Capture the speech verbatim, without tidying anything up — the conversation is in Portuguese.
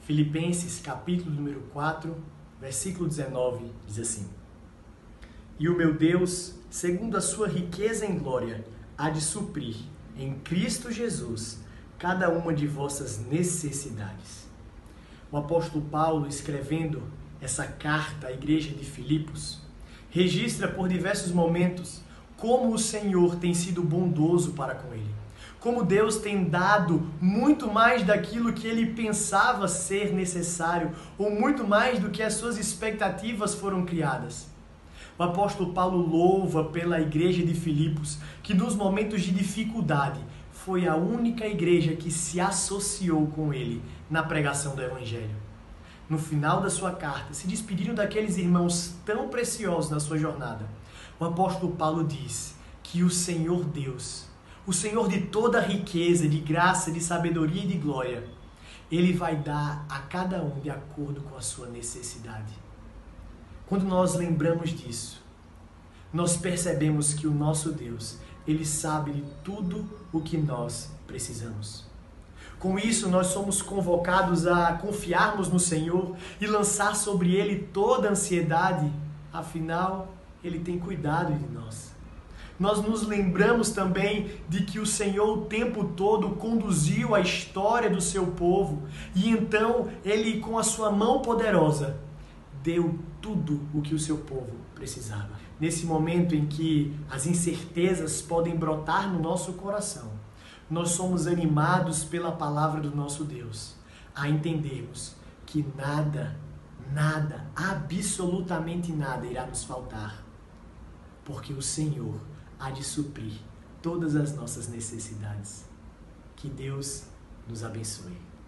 Filipenses, capítulo número quatro, versículo dezenove, diz assim: E o meu Deus, segundo a sua riqueza em glória, há de suprir em Cristo Jesus cada uma de vossas necessidades. O apóstolo Paulo, escrevendo essa carta à igreja de Filipos, registra por diversos momentos como o Senhor tem sido bondoso para com ele. Como Deus tem dado muito mais daquilo que ele pensava ser necessário, ou muito mais do que as suas expectativas foram criadas. O apóstolo Paulo louva pela igreja de Filipos, que nos momentos de dificuldade foi a única igreja que se associou com ele na pregação do Evangelho. No final da sua carta, se despediram daqueles irmãos tão preciosos na sua jornada. O apóstolo Paulo diz que o Senhor Deus, o Senhor de toda riqueza, de graça, de sabedoria e de glória, Ele vai dar a cada um de acordo com a sua necessidade. Quando nós lembramos disso, nós percebemos que o nosso Deus, Ele sabe de tudo o que nós precisamos. Com isso, nós somos convocados a confiarmos no Senhor e lançar sobre Ele toda a ansiedade, afinal, Ele tem cuidado de nós. Nós nos lembramos também de que o Senhor o tempo todo conduziu a história do seu povo e então Ele, com a sua mão poderosa, deu tudo o que o seu povo precisava. Nesse momento em que as incertezas podem brotar no nosso coração, nós somos animados pela palavra do nosso Deus a entendermos que nada, nada, absolutamente nada irá nos faltar, porque o Senhor há de suprir todas as nossas necessidades. Que Deus nos abençoe.